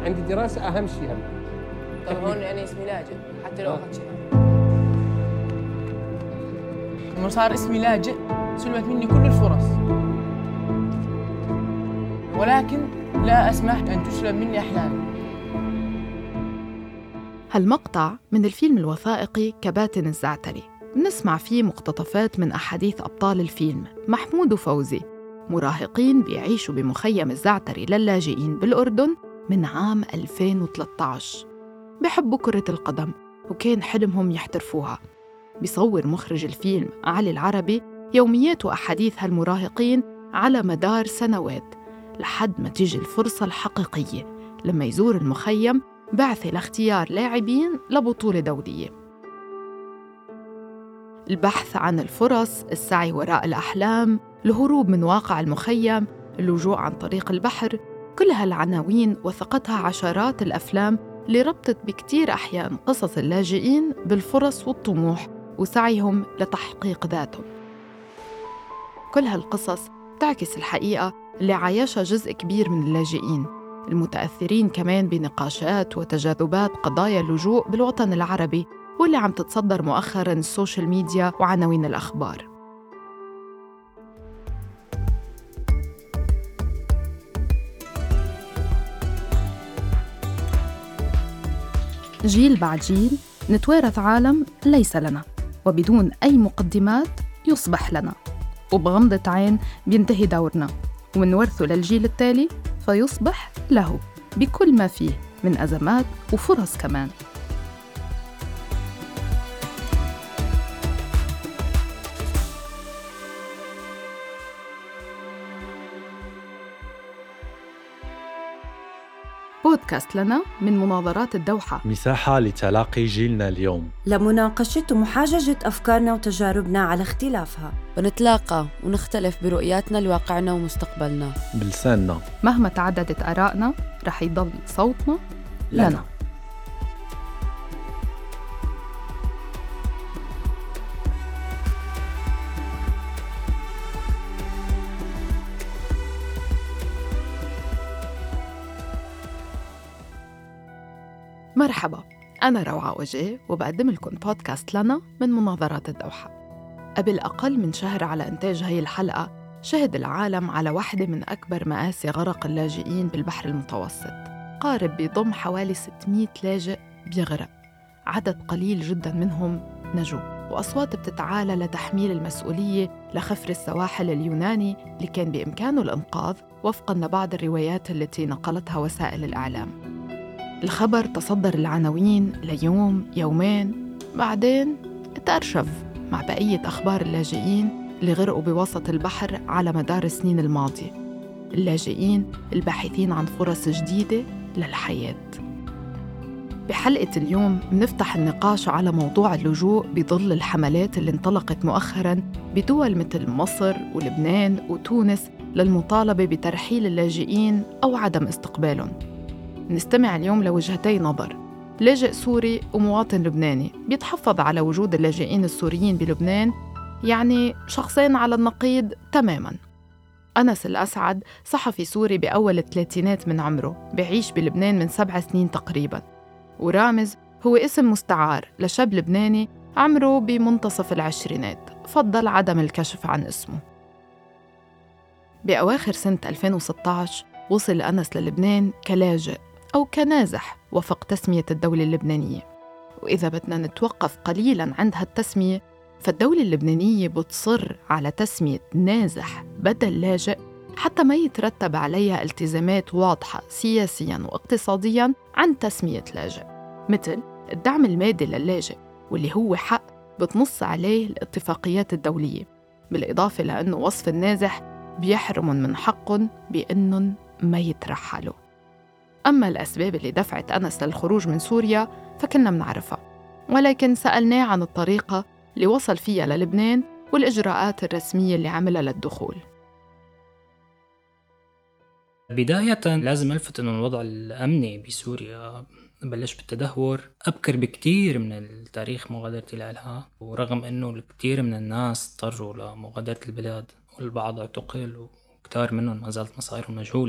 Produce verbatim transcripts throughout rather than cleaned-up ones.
عندي دراسة أهم شيء هم. طب هون أنا اسمي لاجئ حتى لو أخذت شهادة. لما صار اسمي لاجئ سلبت مني كل الفرص، ولكن لا أسمح أن تسلب مني أحلامي. هالمقطع من الفيلم الوثائقي كباتن الزعتري، بنسمع فيه مقتطفات من أحاديث أبطال الفيلم محمود وفوزي، مراهقين بيعيشوا بمخيم الزعتري للاجئين بالأردن من عام ألفين وثلاثة عشر. بحبوا كرة القدم وكان حلمهم يحترفوها. بيصور مخرج الفيلم علي العربي يوميات وأحاديث هالمراهقين على مدار سنوات لحد ما تيجي الفرصة الحقيقية لما يزور المخيم بعثة لاختيار لاعبين لبطولة دولية. البحث عن الفرص، السعي وراء الأحلام، الهروب من واقع المخيم، اللجوء عن طريق البحر، كل هالعناوين وثقتها عشرات الأفلام اللي ربطت بكتير أحيان قصص اللاجئين بالفرص والطموح وسعيهم لتحقيق ذاتهم. كل هالقصص تعكس الحقيقة اللي عايشها جزء كبير من اللاجئين المتأثرين كمان بنقاشات وتجاذبات قضايا اللجوء بالوطن العربي، واللي عم تتصدر مؤخراً السوشيال ميديا وعناوين الأخبار. جيل بعد جيل نتوارث عالم ليس لنا، وبدون أي مقدمات يصبح لنا، وبغمضة عين بينتهي دورنا ونورثه للجيل التالي فيصبح له بكل ما فيه من أزمات وفرص كمان. بودكاست لنا من مناظرات الدوحة، مساحة لتلاقي جيلنا اليوم، لمناقشة ومحاججة أفكارنا وتجاربنا على اختلافها. بنتلاقى ونختلف برؤياتنا لواقعنا ومستقبلنا بلساننا. مهما تعددت آرائنا رح يضل صوتنا لنا, لنا. مرحبا، أنا روعة وجيه وبقدم لكم بودكاست لنا من مناظرات الدوحة. قبل أقل من شهر على إنتاج هاي الحلقة شهد العالم على واحدة من أكبر مآسي غرق اللاجئين بالبحر المتوسط. قارب بيضم حوالي ستمائة لاجئ بيغرق، عدد قليل جداً منهم نجوا، وأصوات بتتعالى لتحميل المسؤولية لخفر السواحل اليوناني اللي كان بإمكانه الإنقاذ وفقاً لبعض الروايات التي نقلتها وسائل الإعلام. الخبر تصدر العناوين ليوم يومين، بعدين اتأرشف مع بقية أخبار اللاجئين اللي غرقوا بوسط البحر على مدار السنين الماضية، اللاجئين الباحثين عن فرص جديدة للحياة. بحلقة اليوم بنفتح النقاش على موضوع اللجوء بظل الحملات اللي انطلقت مؤخراً بدول مثل مصر ولبنان وتونس للمطالبة بترحيل اللاجئين أو عدم استقبالهم. نستمع اليوم لوجهتي نظر، لاجئ سوري ومواطن لبناني بيتحفظ على وجود اللاجئين السوريين بلبنان، يعني شخصين على النقيض تماماً. أنس الأسعد صحفي سوري بأول الثلاثينات من عمره، بيعيش بلبنان من سبع سنين تقريباً، ورامز هو اسم مستعار لشاب لبناني عمره بمنتصف العشرينات فضل عدم الكشف عن اسمه. بأواخر سنة ألفين وستة عشر وصل أنس للبنان كلاجئ أو كنازح وفق تسمية الدولة اللبنانية. وإذا بدنا نتوقف قليلاً عند هالتسمية، فالدولة اللبنانية بتصر على تسمية نازح بدل لاجئ حتى ما يترتب عليها التزامات واضحة سياسياً واقتصادياً عن تسمية لاجئ، مثل الدعم المادي للاجئ واللي هو حق بتنص عليه الاتفاقيات الدولية، بالإضافة لأنه وصف النازح بيحرمهم من حقهم بأنهم ما يترحلوا. أما الأسباب اللي دفعت أنس للخروج من سوريا فكنا منعرفها، ولكن سألناه عن الطريقة اللي وصل فيها للبنان والإجراءات الرسمية اللي عملها للدخول. بداية لازم ألفت أنه الوضع الأمني بسوريا بلش بالتدهور أبكر بكتير من التاريخ مغادرة لها، ورغم أنه الكثير من الناس اضطروا لمغادرة البلاد والبعض اعتقل وكتار منهم ما زالت مصائرهم مجهولة،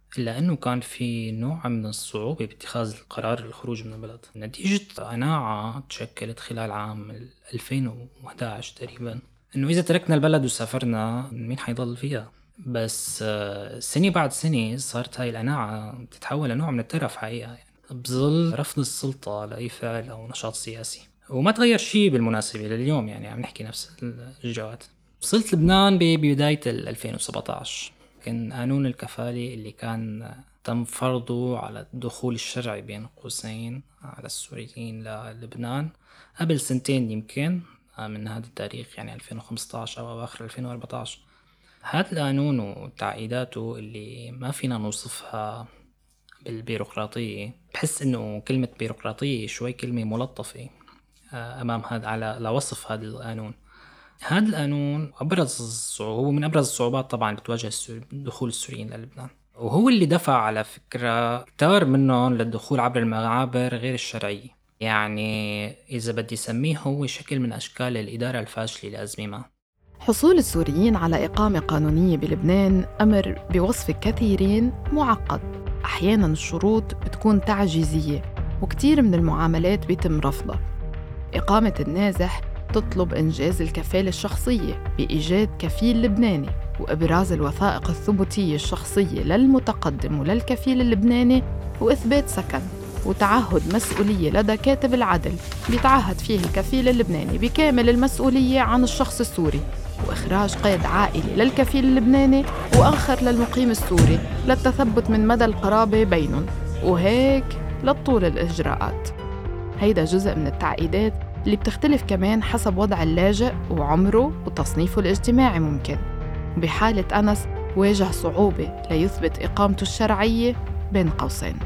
إلا أنه كان في نوع من الصعوبة باتخاذ القرار الخروج من البلد نتيجة قناعة تشكلت خلال عام ألفين وإحدى عشر تقريبا أنه إذا تركنا البلد وسافرنا مين حيضل فيها. بس سنة بعد سنة صارت هاي القناعة تتحول لنوع من الترف حقيقة، يعني بظل رفض السلطة لأي فعل أو نشاط سياسي. وما تغير شيء بالمناسبة لليوم، يعني عم نحكي نفس الإجراءات. وصلت لبنان ببداية ألفين وسبعة عشر، كان قانون الكفالة اللي كان تم فرضه على الدخول الشرعي بين قوسين على السوريين للبنان قبل سنتين يمكن من هذا التاريخ، يعني ألفين وخمسة عشر أو أواخر ألفين وأربعة عشر. هذا القانون وتعقيداته اللي ما فينا نوصفها بالبيروقراطية، بحس إنه كلمة بيروقراطية شوي كلمة ملطفة أمام هذا على لوصف هذا القانون. هذا القانون أبرز الصعوبة، هو من أبرز الصعوبات طبعاً بتواجه دخول السوريين للبنان، وهو اللي دفع على فكرة كتار منهم للدخول عبر المعابر غير الشرعية. يعني إذا بدي سميه هو شكل من أشكال الإدارة الفاشلة لأزمة. حصول السوريين على إقامة قانونية بلبنان أمر بوصف كثيرين معقد. أحياناً الشروط بتكون تعجيزية وكتير من المعاملات بيتم رفضها. إقامة النازح تطلب إنجاز الكفالة الشخصية بإيجاد كفيل لبناني وإبراز الوثائق الثبوتية الشخصية للمتقدم وللكفيل اللبناني، وإثبات سكن وتعهد مسؤولية لدى كاتب العدل بيتعهد فيه الكفيل اللبناني بكامل المسؤولية عن الشخص السوري، وإخراج قيد عائلي للكفيل اللبناني وآخر للمقيم السوري للتثبت من مدى القرابة بينهم، وهيك لطول الإجراءات. هيدا جزء من التعقيدات اللي بتختلف كمان حسب وضع اللاجئ وعمره وتصنيفه الاجتماعي. ممكن بحالة أنس واجه صعوبة ليثبت إقامته الشرعية بين قوسين.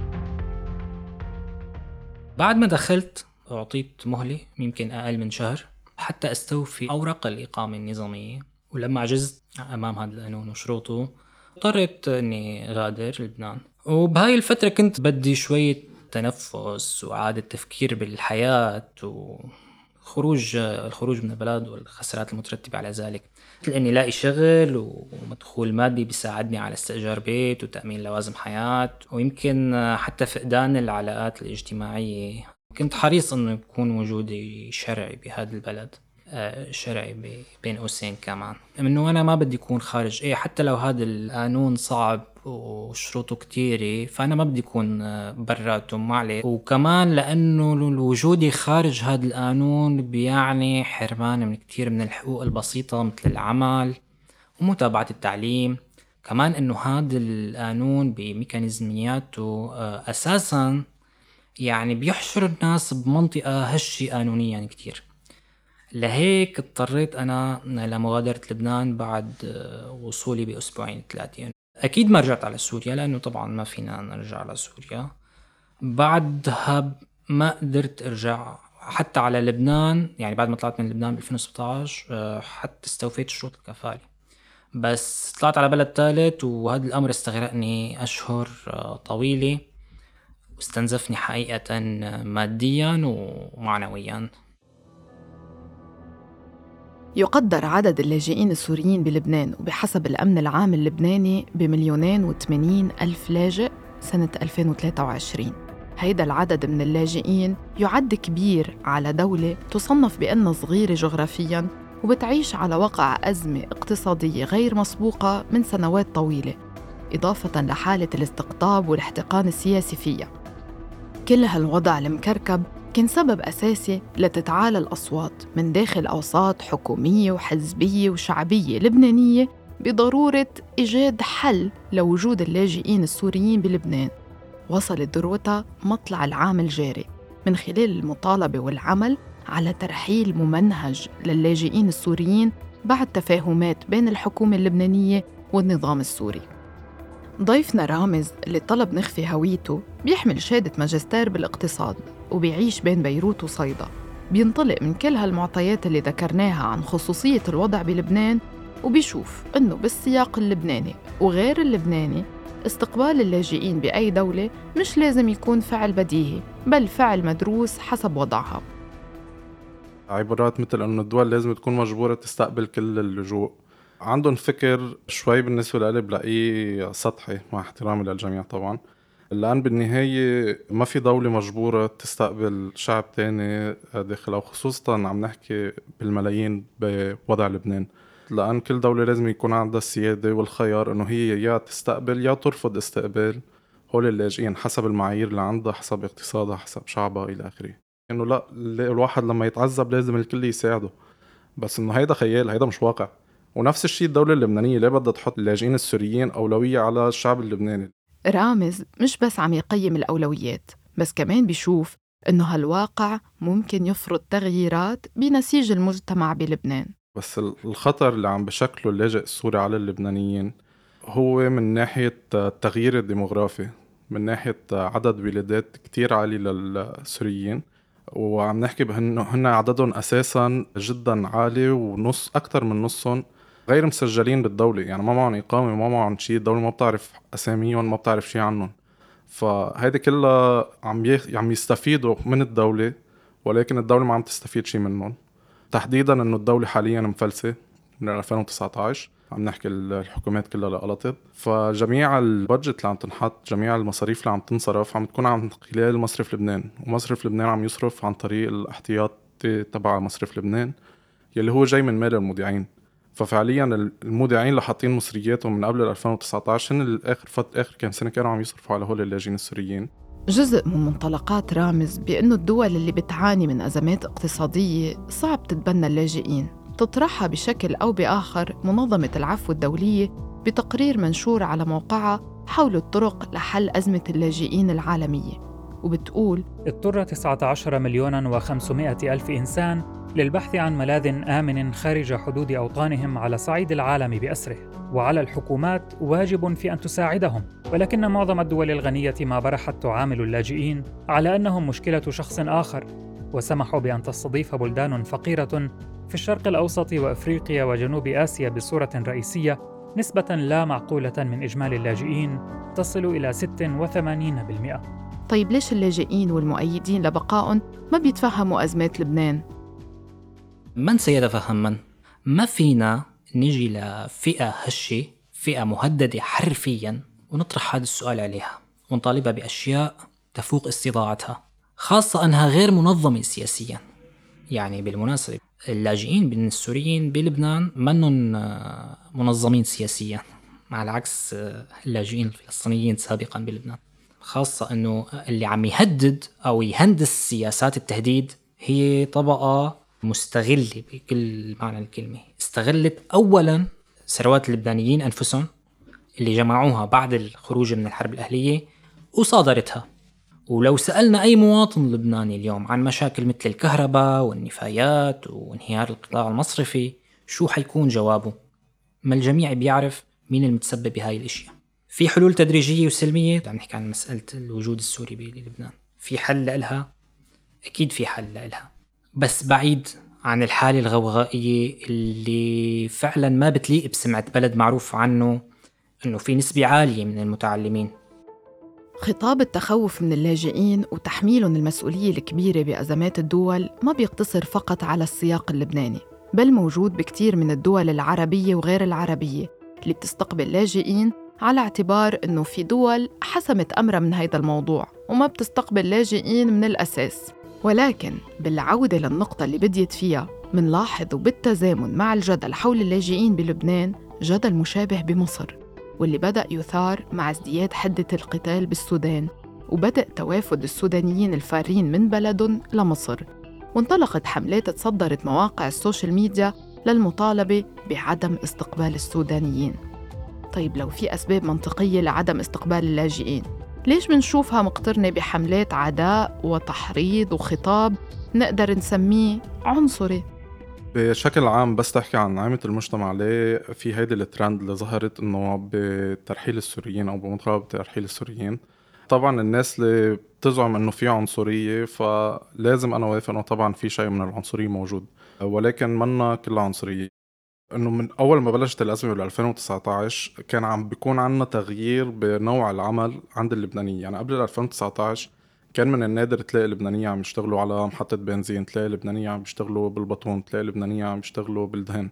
بعد ما دخلت أعطيت مهلة يمكن أقل من شهر حتى أستوفي أوراق الإقامة النظامية، ولما عجزت أمام هذا القانون وشروطه اضطريت أني غادر لبنان. وبهاي الفترة كنت بدي شوية تنفس وإعادة تفكير بالحياة وخروج الخروج من البلد والخسارات المترتبة على ذلك، مثل إني لاقي شغل ومدخول مادي بيساعدني على استئجار بيت وتأمين لوازم حياة، ويمكن حتى فقدان العلاقات الاجتماعية. كنت حريص إنه يكون وجودي شرعي بهذا البلد، شرعي بين قوسين كمان، إنه أنا ما بدي أكون خارج. إيه حتى لو هذا القانون صعب وشروطه كتيرة فأنا ما بدي أكون براته ما عليه. وكمان لأنه وجودي خارج هذا القانون بيعني حرمان من كتير من الحقوق البسيطة مثل العمل ومتابعة التعليم. كمان إنه هذا القانون بميكانيزمياته أساساً يعني بيحشر الناس بمنطقة هشة قانونيا كتير. لهيك اضطريت أنا لمغادرة لبنان بعد وصولي بأسبوعين ثلاثين. أكيد ما رجعت على سوريا لأنه طبعا ما فينا نرجع على سوريا. بعدها ما قدرت أرجع حتى على لبنان، يعني بعد ما طلعت من لبنان ب ألفين وسبعة عشر حتى استوفيت شروط الكفالة، بس طلعت على بلد ثالث وهذا الأمر استغرقني أشهر طويلة واستنزفني حقيقة ماديا ومعنويا. يقدر عدد اللاجئين السوريين بلبنان وبحسب الأمن العام اللبناني بمليونين وثمانين ألف لاجئ سنة ألفين وثلاثة وعشرين. هيدا العدد من اللاجئين يعد كبير على دولة تصنف بأنها صغيرة جغرافياً وبتعيش على وقع أزمة اقتصادية غير مسبوقة من سنوات طويلة، إضافة لحالة الاستقطاب والاحتقان السياسي فيها. كل هالوضع المكركب كان سبب أساسي لتتعالى الأصوات من داخل أوساط حكومية وحزبية وشعبية لبنانية بضرورة إيجاد حل لوجود اللاجئين السوريين بلبنان. وصلت ذروتها مطلع العام الجاري من خلال المطالبة والعمل على ترحيل ممنهج للاجئين السوريين بعد تفاهمات بين الحكومة اللبنانية والنظام السوري. ضيفنا رامز اللي طلب نخفي هويته بيحمل شهادة ماجستير بالاقتصاد وبيعيش بين بيروت وصيدا. بينطلق من كل هالمعطيات اللي ذكرناها عن خصوصية الوضع بلبنان، وبيشوف إنه بالسياق اللبناني وغير اللبناني استقبال اللاجئين بأي دولة مش لازم يكون فعل بديهي، بل فعل مدروس حسب وضعها. عبارات مثل أنه الدول لازم تكون مجبورة تستقبل كل اللجوء عندهم فكر شوي بالنسبة لي بلاقيه سطحي مع احترامي للجميع طبعا، لأن بالنهاية ما في دولة مجبورة تستقبل شعب تاني داخلها، وخصوصا عم نحكي بالملايين بوضع لبنان، لأن كل دولة لازم يكون عندها السيادة والخيار إنه هي يا تستقبل يا ترفض استقبال هول اللاجئين حسب المعايير اللي عندها، حسب اقتصادها، حسب شعبها إلى آخره. إنه لا، الواحد لما يتعذب لازم الكل يساعده، بس إنه هيدا خيال، هيدا مش واقع. ونفس الشيء الدولة اللبنانية ليه بدها تحط اللاجئين السوريين أولوية على الشعب اللبناني؟ رامز مش بس عم يقيم الأولويات، بس كمان بيشوف إنه هالواقع ممكن يفرض تغييرات بنسيج المجتمع بلبنان. بس الخطر اللي عم بشكله اللاجئ السوري على اللبنانيين هو من ناحية التغيير الديموغرافي، من ناحية عدد ولادات كتير عالي للسوريين، وعم نحكي بأنه هن عددهم أساساً جداً عالي، ونص أكتر من نصهم غير مسجلين بالدولة، يعني ما معهم إقامة، ما معهم شيء، الدولة ما بتعرف أساميهم، ما بتعرف شيء عنهم. فهيدا كلها عم عم يستفيدوا من الدولة، ولكن الدولة ما عم تستفيد شيء منهم. تحديداً إنه الدولة حالياً مفلسة من ألفين وتسعة عشر، عم نحكي الحكومات كلها لقلطت، فجميع البادجت اللي عم تنحط، جميع المصاريف اللي عم تنصرف عم تكون عن خلال مصرف لبنان، ومصرف لبنان عم يصرف عن طريق الاحتياطي تبع مصرف لبنان يلي هو جاي من مال المودعين. ففعليا المودعين اللي حاطين مصرياتهم من قبل ألفين وتسعة عشر هن الآخر فت آخر كم سنة كانوا عم يصرفوا على هول اللاجئين السوريين. جزء من منطلقات رامز بأنه الدول اللي بتعاني من أزمات اقتصادية صعب تتبنى اللاجئين، تطرحها بشكل أو بآخر منظمة العفو الدولية بتقرير منشور على موقعها حول الطرق لحل أزمة اللاجئين العالمية، وبتقول: اضطر تسعة عشر مليون وخمسمائة ألف إنسان للبحث عن ملاذ آمن خارج حدود أوطانهم على صعيد العالم بأسره، وعلى الحكومات واجب في أن تساعدهم، ولكن معظم الدول الغنية ما برحت تعامل اللاجئين على أنهم مشكلة شخص آخر، وسمحوا بأن تستضيف بلدان فقيرة في الشرق الأوسط وأفريقيا وجنوب آسيا بصورة رئيسية نسبة لا معقولة من إجمالي اللاجئين تصل إلى ستة وثمانين بالمئة. طيب ليش اللاجئين والمؤيدين لبقائهم ما بيتفهموا أزمات لبنان؟ من سيتفهم من؟ ما فينا نيجي لفئة هشة، فئة مهددة حرفياً، ونطرح هذا السؤال عليها ونطالبها بأشياء تفوق استطاعتها، خاصة أنها غير منظمة سياسياً. يعني بالمناسبة اللاجئين بين السوريين بلبنان منهم منظمين سياسياً، مع العكس اللاجئين الفلسطينيين سابقاً بلبنان، خاصة أنه اللي عم يهدد أو يهندس سياسات التهديد هي طبقة مستغلة بكل معنى الكلمة. استغلت أولاً ثروات اللبنانيين أنفسهم اللي جمعوها بعد الخروج من الحرب الأهلية وصادرتها. ولو سألنا أي مواطن لبناني اليوم عن مشاكل مثل الكهرباء والنفايات وانهيار القطاع المصرفي، شو حيكون جوابه؟ ما الجميع بيعرف مين المتسبب بهاي الاشياء. في حلول تدريجية وسلمية، عم نحكي عن مسألة الوجود السوري بلبنان، في حل لها؟ أكيد في حل لها، بس بعيد عن الحالة الغوغائية اللي فعلا ما بتليق بسمعة بلد معروف عنه أنه في نسبة عالية من المتعلمين. خطاب التخوف من اللاجئين وتحميلهم المسؤولية الكبيرة بأزمات الدول ما بيقتصر فقط على السياق اللبناني، بل موجود بكتير من الدول العربية وغير العربية اللي بتستقبل لاجئين على اعتبار أنه في دول حسمت أمرها من هيدا الموضوع وما بتستقبل لاجئين من الأساس. ولكن بالعودة للنقطة اللي بديت فيها، منلاحظ وبالتزامن مع الجدل حول اللاجئين بلبنان جدل مشابه بمصر، واللي بدأ يثار مع ازدياد حدة القتال بالسودان، وبدأ توافد السودانيين الفارين من بلدهم لمصر، وانطلقت حملات تصدرت مواقع السوشيال ميديا للمطالبة بعدم استقبال السودانيين. طيب لو في أسباب منطقية لعدم استقبال اللاجئين، ليش بنشوفها مقترنة بحملات عداء وتحريض وخطاب نقدر نسميه عنصري؟ بشكل عام بس تحكي عن نعمة المجتمع، ليه في هيدي الترند اللي ظهرت انه بترحيل السوريين او بمطالبة بترحيل السوريين. طبعا الناس اللي بتزعم انه في عنصرية، فلازم انا وافق انه طبعا في شيء من العنصرية موجود، ولكن منا كلها عنصرية. انه من اول ما بلشت الازمه بال ألفين وتسعة عشر كان عم بيكون عنا تغيير بنوع العمل عند اللبنانيين. يعني قبل ألفين وتسعة عشر كان من النادر تلاقي لبنانية عم يشتغلوا على محطة بنزين، تلاقي لبنانية عم يشتغلوا بالبطون، تلاقي لبنانية عم يشتغلوا بالدهن.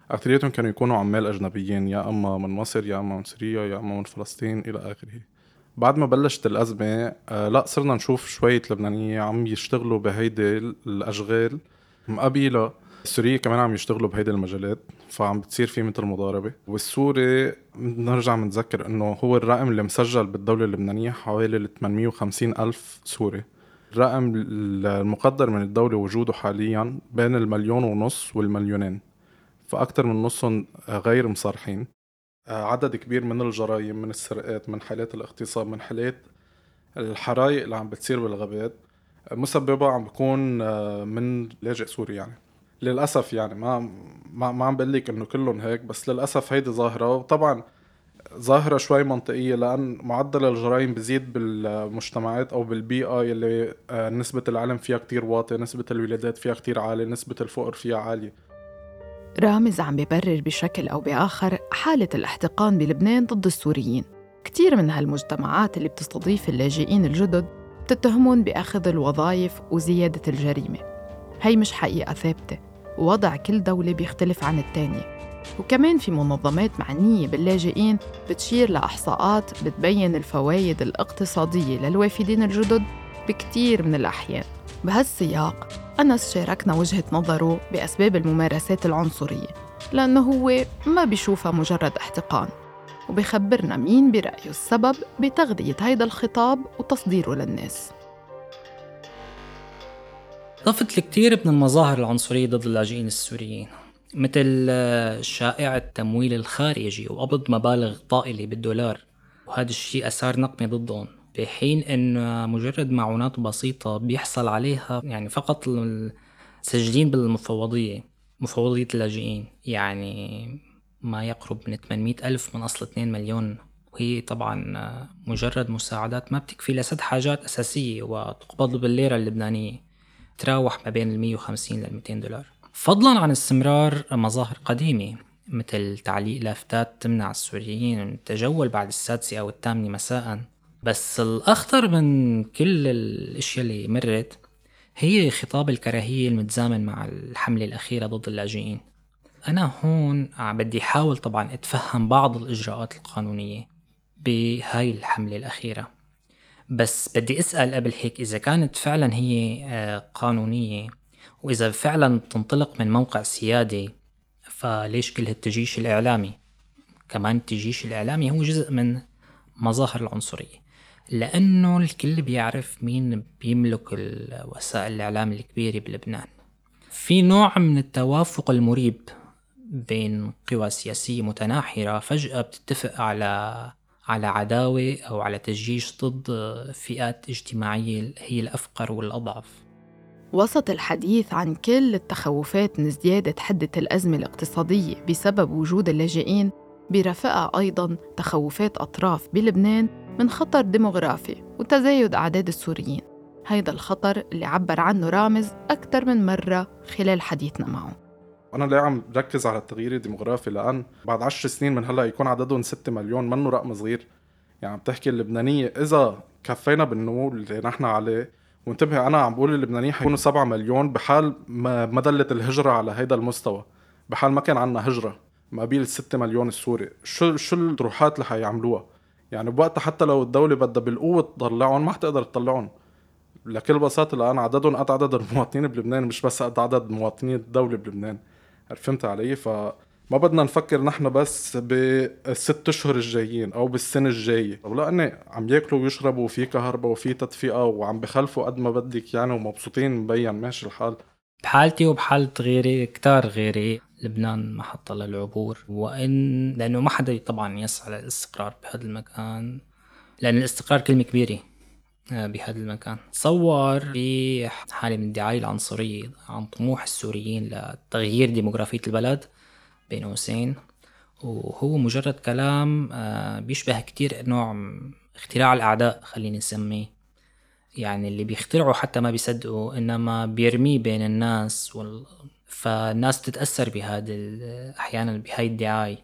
أكثريتهم كانوا يكونوا عمال أجنبيين، يا أما من مصر يا أما من سوريا يا أما من فلسطين إلى آخره. بعد ما بلشت الأزمة آه لا صرنا نشوف شوية لبنانية عم يشتغلوا بهيدي الأشغال مقابلة السورية كمان عم يشتغلوا بهيدي المجالات، فعم بتصير في مثل مضاربة. والسوري نرجع منذكر إنه هو الرقم اللي مسجل بالدولة اللبنانية حوالي ثمانمية وخمسين ألف سوري. الرقم المقدر من الدولة وجوده حاليا بين المليون ونص والمليونين، فأكتر من نصهم غير مصارحين. عدد كبير من الجرائم، من السرقات، من حالات الاغتصاب، من حالات الحرائق اللي عم بتصير بالغابات مسببة عم بكون من لاجئ سوري. يعني للأسف يعني ما ما, ما عم بقلك إنه كلهم هيك، بس للأسف هيدي ظاهرة، وطبعا ظاهرة شوي منطقية لأن معدل الجرائم بزيد بالمجتمعات أو بالبيئة اللي نسبة العلم فيها كتير واطية، نسبة الولادات فيها كتير عالية، نسبة الفقر فيها عالية. رامز عم بيبرر بشكل أو بآخر حالة الاحتقان بلبنان ضد السوريين. كتير من هالمجتمعات اللي بتستضيف اللاجئين الجدد بتتهمون بأخذ الوظائف وزيادة الجريمة. هي مش حقيقة ثابتة، ووضع كل دولة بيختلف عن التانية. وكمان في منظمات معنية باللاجئين بتشير لإحصاءات بتبين الفوائد الاقتصادية للوافدين الجدد بكتير من الأحيان. بهالسياق أنس شاركنا وجهة نظره بأسباب الممارسات العنصرية، لأنه هو ما بيشوفها مجرد احتقان، وبيخبرنا مين برأيه السبب بتغذية هيدا الخطاب وتصديره للناس. ضفت الكثير من المظاهر العنصرية ضد اللاجئين السوريين، مثل شائعة التمويل الخارجي وقبض مبالغ طائلة بالدولار، وهذا الشيء أثار نقمة ضدهم، بحين أن مجرد معونات بسيطة بيحصل عليها يعني فقط المسجلين بالمفوضية، مفوضية اللاجئين، يعني ما يقرب من ثمانمئة ألف من أصل اثنين مليون، وهي طبعا مجرد مساعدات ما بتكفي لسد حاجات أساسية وتقبض بالليرة اللبنانية، تراوح ما بين المية وخمسين للمئتين دولار. فضلا عن استمرار مظاهر قديمة مثل تعليق لافتات تمنع السوريين من التجول بعد السادسة أو الثامنة مساء. بس الأخطر من كل الأشياء اللي مرت هي خطاب الكراهية المتزامن مع الحملة الأخيرة ضد اللاجئين. أنا هون بدي حاول طبعا أتفهم بعض الإجراءات القانونية بهاي الحملة الأخيرة، بس بدي أسأل قبل هيك إذا كانت فعلا هي قانونية، وإذا فعلا تنطلق من موقع سيادي، فليش كل هالتجيش الإعلامي؟ كمان التجيش الإعلامي هو جزء من مظاهر العنصرية، لأنه الكل بيعرف مين بيملك وسائل الإعلام الكبيرة بلبنان. في نوع من التوافق المريب بين قوى سياسية متناحرة فجأة بتتفق على على عداوة أو على تجيش ضد فئات اجتماعية هي الأفقر والأضعف. وسط الحديث عن كل التخوفات من زيادة حدة الأزمة الاقتصادية بسبب وجود اللاجئين، برافقها أيضاً تخوفات أطراف بلبنان من خطر ديموغرافي وتزايد أعداد السوريين. هيدا الخطر اللي عبر عنه رامز أكثر من مرة خلال حديثنا معه. أنا ليه عم بركز على التغيير الديموغرافي؟ لأن بعد عشر سنين من هلأ يكون عددهم ستة مليون، منه رقم صغير. يعني بتحكي اللبنانية إذا كفينا بالنمو اللي نحن عليه، وانتبه أنا عم بقول اللبنانية حيكونوا سبعة مليون بحال ما مدلت الهجرة على هيدا المستوى، بحال ما كان عنا هجرة مقابل الستة مليون السوري. شو شو الطروحات اللي حيعملوها؟ يعني بوقتها حتى لو الدولة بدها بالقوة تطلعهم ما حتقدر تطلعهم لكل بساطة، لأن عددهم قد عدد المواطنين بلبنان، مش بس قد عدد مواطنين الدولة بلبنان. فهمت علي؟ فما بدنا نفكر نحن بس بالست اشهر الجايين او بالسنه الجايه، لان عم ياكلوا ويشربوا وفي كهرباء وفي تدفئه وعم بخلفوا قد ما بدك يعني، ومبسوطين مبين ماشي الحال. بحالتي وبحالة غيري كتار غيري، لبنان محطة للعبور، وإن لأنه ما حدا طبعا يسعى للاستقرار بهذا المكان، لأن الاستقرار كلمة كبيرة بهذا المكان. تصور في حالة من الدعاية العنصرية عن طموح السوريين لتغيير ديموغرافية البلد بين قوسين، وهو مجرد كلام بيشبه كتير نوع اختراع الأعداء خلينا نسميه. يعني اللي بيخترعوا حتى ما بيصدقوا، إنما بيرميه بين الناس وال... فالناس تتأثر بهذا أحيانا بهاي الدعاية،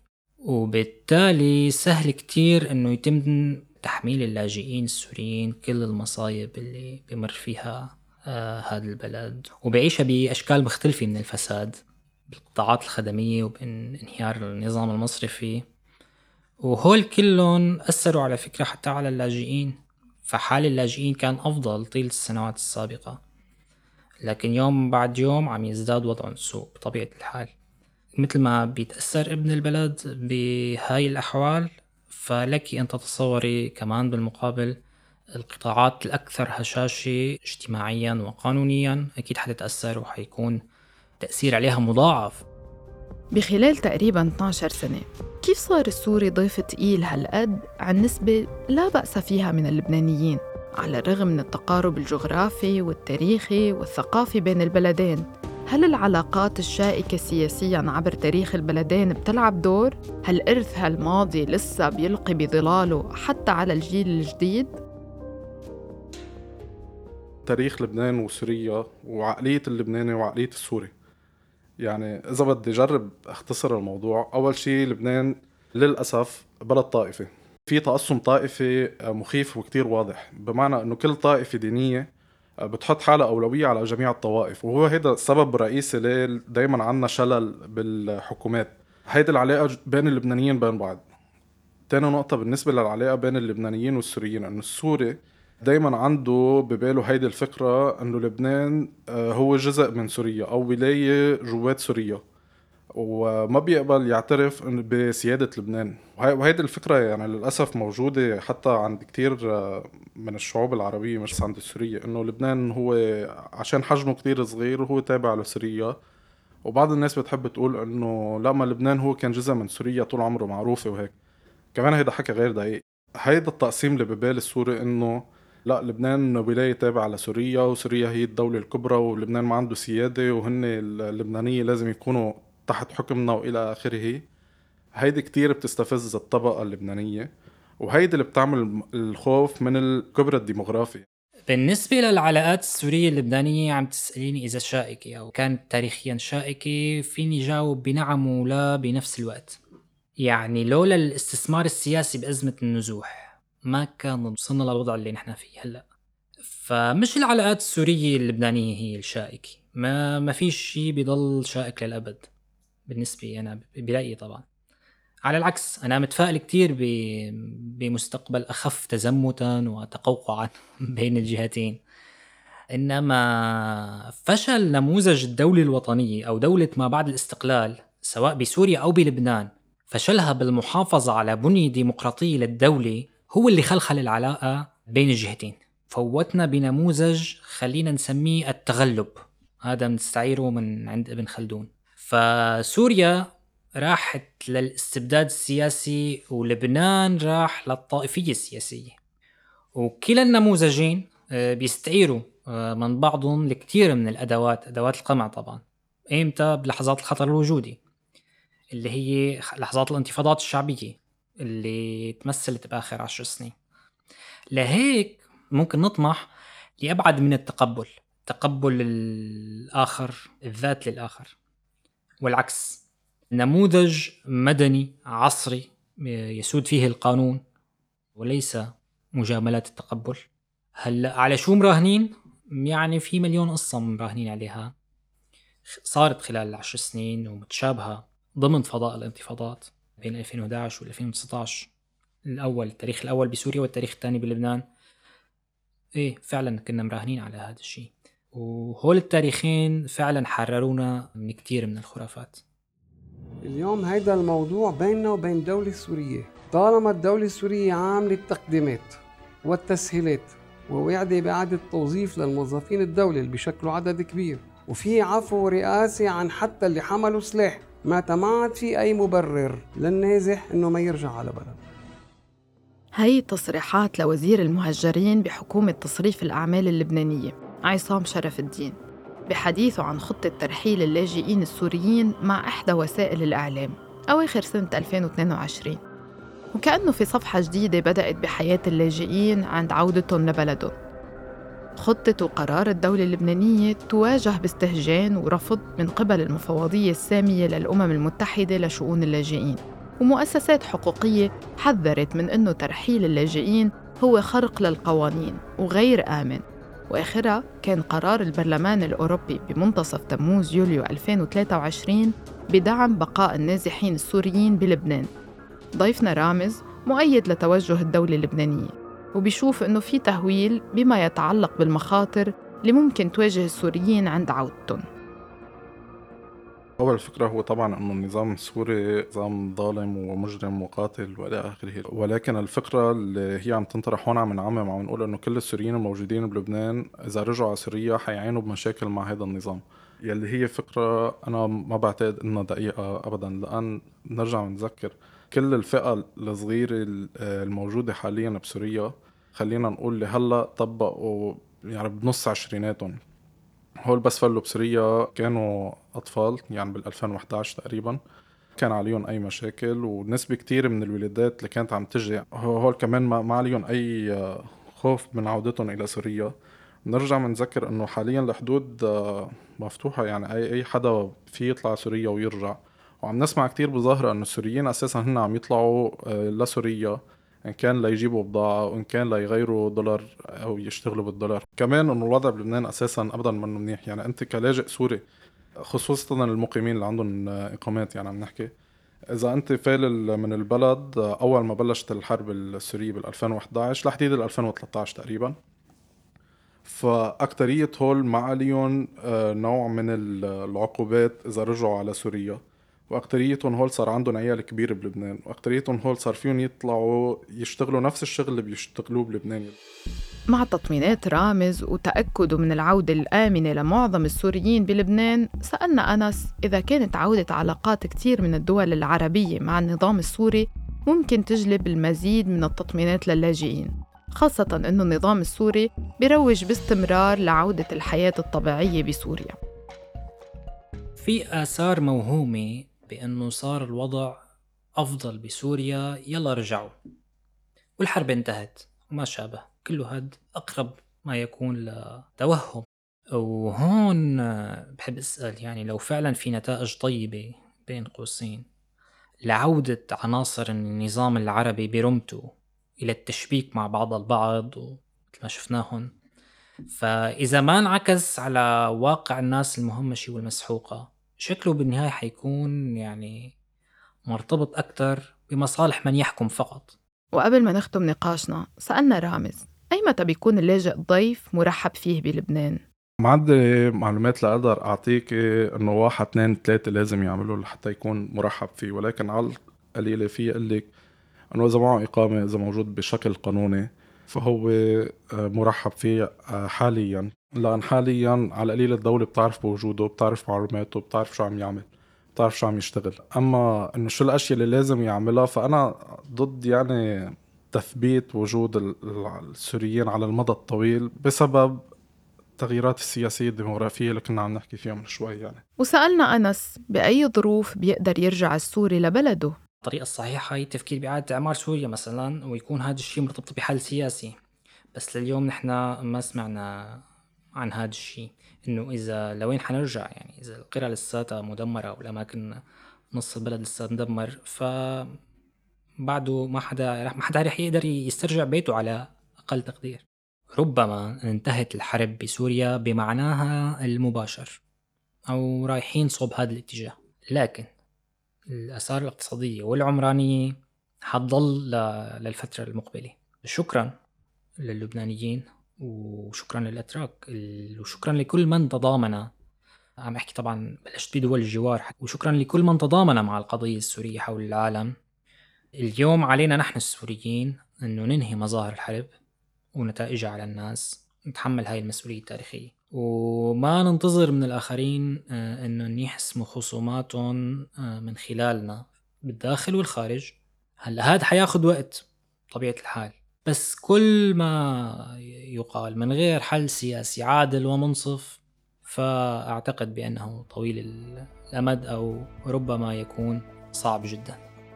وبالتالي سهل كتير إنه يتم تحميل اللاجئين السوريين كل المصايب اللي بمر فيها آه هذا البلد، وبعيشها بأشكال مختلفة من الفساد بالقطاعات الخدمية وبانهيار النظام المصرفي، وهول كلهم أثروا على فكرة حتى على اللاجئين. فحال اللاجئين كان أفضل طيل السنوات السابقة، لكن يوم بعد يوم عم يزداد وضع سوء بطبيعة الحال. مثل ما بيتأثر ابن البلد بهاي الأحوال، فلك أن تتصوري كمان بالمقابل القطاعات الأكثر هشاشة اجتماعيا وقانونيا أكيد حتتأثر وحيكون تأثير عليها مضاعف. بخلال تقريباً اثنتي عشرة سنة كيف صار السوري ضيف تقيل هالقد عن نسبة لا بأس فيها من اللبنانيين، على الرغم من التقارب الجغرافي والتاريخي والثقافي بين البلدين؟ هل العلاقات الشائكة سياسياً عبر تاريخ البلدين بتلعب دور؟ هل إرث هالماضي لسه بيلقي بظلاله حتى على الجيل الجديد؟ تاريخ لبنان وسوريا وعقلية اللبناني وعقلية السوري، يعني إذا بدي جرب أختصر الموضوع، أول شيء لبنان للأسف بلد طائفي، في تقسم طائفي مخيف وكتير واضح، بمعنى أنه كل طائفة دينية بتحط حالة أولوية على جميع الطوائف، وهو هذا السبب الرئيسي ليه دايما عنا شلل بالحكومات. هيدا العلاقة بين اللبنانيين بين بعض. تاني نقطة بالنسبة للعلاقة بين اللبنانيين والسوريين، أنه السوري دايما عنده بباله هيدي الفكرة أنه لبنان هو جزء من سوريا أو ولاية جوات سوريا، وما بيقبل يعترف بسيادة لبنان. وهيدي الفكرة يعني للأسف موجودة حتى عند كتير من الشعوب العربية مش بس عند السورية، أنه لبنان هو عشان حجمه كتير صغير وهو تابع لسوريا. وبعض الناس بتحب تقول أنه لا، ما لبنان هو كان جزء من سوريا طول عمره معروفة وهيك. كمان هيدا حكي غير دقيق. هيدا التقسيم اللي ببال السوري أنه لا، لبنان ولاية تابعة لسوريا وسوريا هي الدولة الكبرى ولبنان ما عنده سيادة وهن اللبنانية لازم يكونوا تحت حكمنا وإلى آخره. هيدي كتير بتستفز الطبقة اللبنانية، وهيدي اللي بتعمل الخوف من الكبر الديموغرافي. بالنسبة للعلاقات السورية اللبنانية عم تسأليني إذا شائكة أو كانت تاريخيا شائكة، فيني جاوب بنعم ولا بنفس الوقت. يعني لولا الاستثمار السياسي بأزمة النزوح ما كان وصلنا للوضع اللي نحن فيه هلأ. فمش العلاقات السورية اللبنانية هي الشائكة، ما ما فيش شيء بيضل شائك للأبد بالنسبة أنا برأيي. طبعا على العكس أنا متفائل كتير بمستقبل أخف تزمتا وتقوقعا بين الجهتين. إنما فشل نموذج الدولة الوطنية أو دولة ما بعد الاستقلال سواء بسوريا أو بلبنان، فشلها بالمحافظة على بنية ديمقراطية للدولة هو اللي خلخل العلاقة بين الجهتين. فوتنا بنموذج خلينا نسميه التغلب، هذا بنستعيره من عند ابن خلدون. فسوريا راحت للاستبداد السياسي ولبنان راح للطائفية السياسية، وكلا النموذجين بيستعيروا من بعضهم لكتير من الأدوات، أدوات القمع طبعا. إمتى؟ بلحظات الخطر الوجودي اللي هي لحظات الانتفاضات الشعبية اللي تمثلت بآخر عشر سنين. لهيك ممكن نطمح لأبعد من التقبل، تقبل الآخر، الذات للآخر، والعكس. نموذج مدني عصري يسود فيه القانون وليس مجاملات التقبل. هلأ على شو مراهنين؟ يعني في مليون قصة مراهنين عليها صارت خلال العشر سنين ومتشابهة ضمن فضاء الانتفاضات بين ألفين وإحدى عشر و ألفين وتسعة عشر. الأول التاريخ الأول بسوريا والتاريخ الثاني بلبنان. إيه فعلا كنا مراهنين على هذا الشيء، وهول التاريخين فعلا حررونا من كتير من الخرافات. اليوم هيدا الموضوع بيننا وبين الدولة السورية، طالما الدولة السورية عاملة التقديمات والتسهيلات ووعدة بإعادة توظيف للموظفين الدولة اللي بيشكلوا عدد كبير، وفي عفو رئاسي عن حتى اللي حملوا سلاح، ما عاد في أي مبرر للنازح إنه ما يرجع على بلد. هاي تصريحات لوزير المهجرين بحكومة تصريف الأعمال اللبنانية عصام شرف الدين بحديثه عن خطة ترحيل اللاجئين السوريين مع إحدى وسائل الإعلام أواخر سنة ألفين واثنين وعشرين، وكأنه في صفحة جديدة بدأت بحياة اللاجئين عند عودتهم لبلدهم. خطة وقرار الدولة اللبنانية تواجه باستهجان ورفض من قبل المفوضية السامية للأمم المتحدة لشؤون اللاجئين، ومؤسسات حقوقية حذرت من أنه ترحيل اللاجئين هو خرق للقوانين وغير آمن، وآخرها كان قرار البرلمان الأوروبي بمنتصف تموز يوليو ألفين وثلاثة وعشرين بدعم بقاء النازحين السوريين بلبنان. ضيفنا رامز مؤيد لتوجه الدولة اللبنانية، وبيشوف إنه في تهويل بما يتعلق بالمخاطر اللي ممكن تواجه السوريين عند عودتهم. أول فكرة هو طبعاً أنه النظام السوري نظام ظالم ومجرم وقاتل وإلى آخره، ولكن الفكرة اللي هي عم تنطرح هون عم نعمم عم نقول أنه كل السوريين الموجودين بلبنان إذا رجعوا على سوريا حيعانوا بمشاكل مع هذا النظام، يلي هي فكرة أنا ما بعتقد أنها دقيقة أبداً. لأن نرجع نذكر كل الفئة الصغيرة الموجودة حالياً بسوريا، خلينا نقول اللي هلأ طبقوا يعني بنص عشريناتهم، هول بس فلوا بسوريا كانوا أطفال يعني بالألفين وإحدى عشر تقريباً، كان عليهم أي مشاكل، ونسبة كتير من الولادات اللي كانت عم تجي هول كمان ما عليهم أي خوف من عودتهم إلى سوريا. نرجع منذكر أنه حالياً الحدود مفتوحة، يعني أي أي حدا فيه يطلع سوريا ويرجع، وعم نسمع كتير بظاهرة أنه السوريين أساساً هن عم يطلعوا لسوريا إن كان ليجيبوا بضاعة وإن كان ليغيروا دولار أو يشتغلوا بالدولار. كمان إنه الوضع بلبنان أساساً أبداً منه منيح، يعني أنت كلاجئ سوري خصوصاً المقيمين اللي عندهم إقامات، يعني عم نحكي إذا أنت فالل من البلد أول ما بلشت الحرب السورية بالألفين وإحدى عشر لحديد الألفين وثلاثة عشر تقريباً، فأكترية هول ما عليهم نوع من العقوبات إذا رجعوا على سوريا، وأكتريتهم هول صار عندهم عيال كبير بلبنان، وأكتريتهم هول صار فيهم يطلعوا يشتغلوا نفس الشغل اللي بيشتغلوه بلبنان. مع تطمينات رامز وتأكده من العودة الآمنة لمعظم السوريين بلبنان، سألنا أنس إذا كانت عودة علاقات كتير من الدول العربية مع النظام السوري ممكن تجلب المزيد من التطمينات للاجئين، خاصة أنه النظام السوري بيروج باستمرار لعودة الحياة الطبيعية بسوريا. في آثار موهومة بأنه صار الوضع أفضل بسوريا، يلا رجعوا والحرب انتهت وما شابه، كله هاد أقرب ما يكون لتوهم. وهون بحب أسأل، يعني لو فعلا في نتائج طيبة بين قوسين لعودة عناصر النظام العربي برمته إلى التشبيك مع بعض البعض ومثل ما شفناهن، فإذا ما انعكس على واقع الناس المهمشة والمسحوقة، شكله بالنهاية حيكون يعني مرتبط أكتر بمصالح من يحكم فقط. وقبل ما نختم نقاشنا سألنا رامز أي متى بيكون اللاجئ ضيف مرحب فيه بلبنان؟ ما عندي معلومات لأقدر أعطيك إنه واحد اثنين ثلاثة لازم يعملوا لحتى يكون مرحب فيه، ولكن على القليلة فيه أقول لك إنه إذا معه إقامة، إذا موجود بشكل قانوني، فهو مرحب فيه حالياً، لأن حالياً على القليل الدولة بتعرف بوجوده، بتعرف معلوماته، بتعرف شو عم يعمل، بتعرف شو عم يشتغل. أما إنه شو الأشياء اللي لازم يعملها، فأنا ضد يعني تثبيت وجود السوريين على المدى الطويل بسبب التغييرات السياسية الديموغرافية اللي كنا عم نحكي فيها من شوي يعني. وسألنا أنس بأي ظروف بيقدر يرجع السوري لبلده؟ الطريقة الصحيحة هي التفكير بإعادة إعمار سوريا مثلا، ويكون هذا الشيء مرتبط بحل سياسي، بس لليوم نحن ما سمعنا عن هذا الشيء، إنه إذا لوين حنرجع، يعني إذا القرى لساتها مدمرة والأماكن نص البلد لسات مدمر، فبعده ما حدا رح ما حدا رح يقدر يسترجع بيته على أقل تقدير. ربما انتهت الحرب بسوريا بمعناها المباشر أو رايحين صوب هذا الاتجاه، لكن الآثار الاقتصادية والعمرانية حتضل للفترة المقبلة. شكرا للبنانيين وشكرا للأتراك وشكرا لكل من تضامن، عم أحكي طبعا بلشت بدول الجوار، وشكرا لكل من تضامن مع القضية السورية حول العالم. اليوم علينا نحن السوريين أنه ننهي مظاهر الحرب ونتائجها على الناس، نتحمل هاي المسؤولية التاريخية، وما ننتظر من الآخرين أنه يحسموا خصوماتهم من خلالنا بالداخل والخارج. هلا هذا حياخد وقت طبيعة الحال، بس كل ما يقال من غير حل سياسي عادل ومنصف فأعتقد بأنه طويل الأمد أو ربما يكون صعب جدا.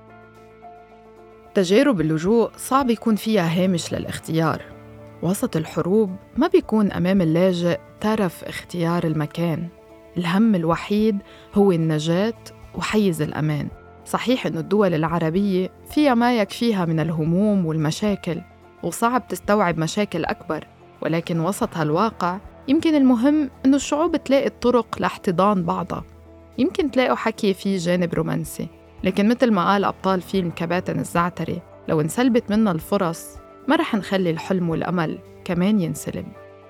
تجارب اللجوء صعب يكون فيها هامش للاختيار. وسط الحروب ما بيكون أمام اللاجئ ترف اختيار المكان، الهم الوحيد هو النجاة وحيز الأمان. صحيح إنه الدول العربية فيها ما يكفيها من الهموم والمشاكل، وصعب تستوعب مشاكل أكبر، ولكن وسط هالواقع يمكن المهم إنه الشعوب تلاقي الطرق لاحتضان بعضها. يمكن تلاقوا حكي فيه جانب رومانسي، لكن مثل ما قال أبطال فيلم كباتن الزعتري، لو انسلبت منا الفرص ما رح نخلي الحلم والأمل كمان ينسلب.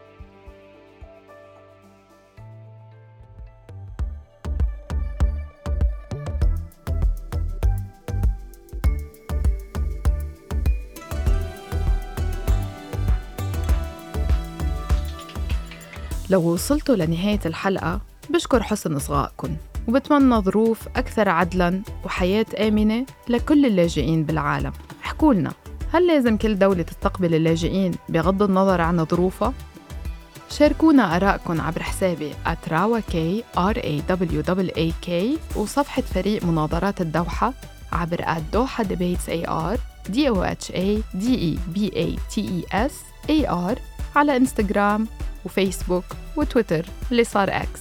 لو وصلتوا لنهاية الحلقة بشكر حسن إصغائكم، وبتمنى ظروف أكثر عدلاً وحياة آمنة لكل اللاجئين بالعالم. احكوا لنا، هل لازم كل دولة تستقبل اللاجئين بغض النظر عن ظروفها؟ شاركونا آراءكم عبر حسابي at rawak R A W A K وصفحة فريق مناظرات الدوحة عبر at doha debates A R D O H A D E B A T E S A R على إنستغرام وفيسبوك وتويتر اللي صار إكس.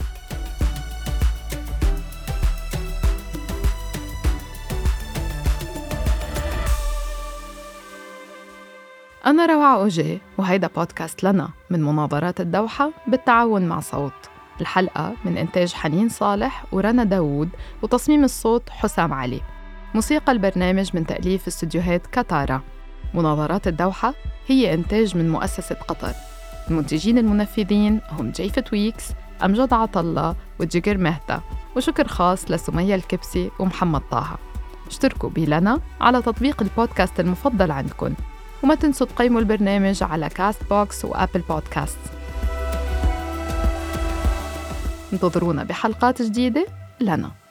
أنا روعة أوجي، وهيدا بودكاست لنا من مناظرات الدوحة بالتعاون مع صوت. الحلقة من إنتاج حنين صالح ورنا داوود، وتصميم الصوت حسام علي. موسيقى البرنامج من تأليف استوديوهات كاتارا. مناظرات الدوحة هي إنتاج من مؤسسة قطر. المنتجين المنفذين هم جيفة ويكس، أمجد عطلة وجيجر مهتا، وشكر خاص لسمية الكبسي ومحمد طه. اشتركوا بلنا على تطبيق البودكاست المفضل عندكم، وما تنسوا تقيموا البرنامج على كاست بوكس وآبل بودكاست. انتظرونا بحلقات جديدة لنا.